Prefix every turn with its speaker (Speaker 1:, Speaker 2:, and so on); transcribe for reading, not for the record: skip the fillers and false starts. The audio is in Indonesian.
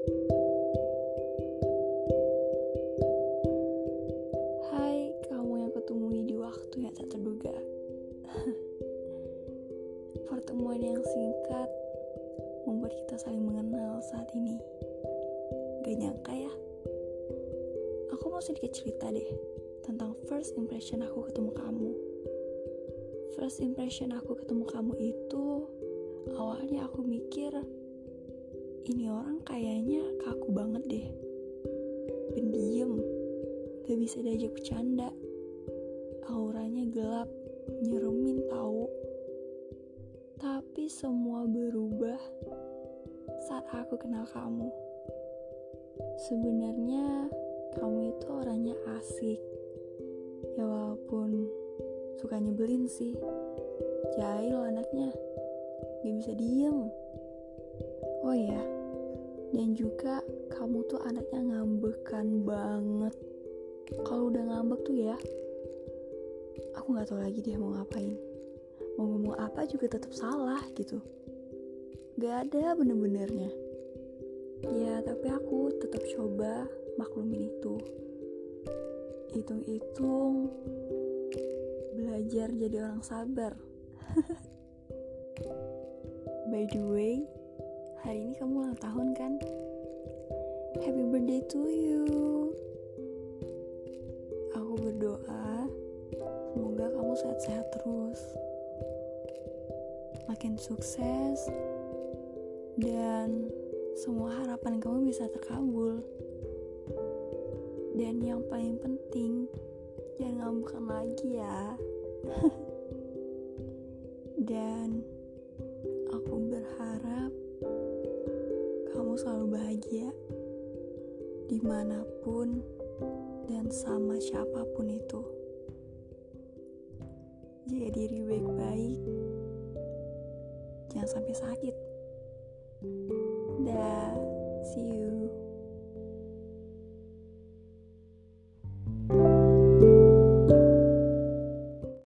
Speaker 1: Hai, kamu yang kutemui di waktu yang tak terduga. Pertemuan yang singkat membuat kita saling mengenal saat ini. Gak nyangka ya. Aku mau sedikit cerita deh tentang first impression aku ketemu kamu. First impression aku ketemu kamu itu, awalnya aku mikir, ini orang kayaknya kaku banget deh. Pendiam, gak bisa diajak bercanda. Auranya gelap, nyeremin tahu. Tapi semua berubah saat aku kenal kamu. Sebenarnya kamu itu orangnya asik. Ya walaupun suka nyebelin sih. Jahil anaknya, gak bisa diem. Oh iya, dan juga kamu tuh anaknya ngambekan banget. Kalau udah ngambek tuh ya, aku gak tahu lagi deh mau ngapain. Mau ngomong apa juga tetap salah gitu. Gak ada bener-benernya. Ya tapi aku tetap coba maklumin itu. Hitung-hitung, belajar jadi orang sabar. By the way, hari ini kamu ulang tahun kan? Happy birthday to you. Aku berdoa semoga kamu sehat-sehat terus, makin sukses, dan semua harapan kamu bisa terkabul. Dan yang paling penting, jangan ngambekan lagi ya. Dan aku berharap kamu selalu bahagia dimanapun dan sama siapapun itu. Jaga diri baik-baik, jangan sampai sakit. Dah, see you.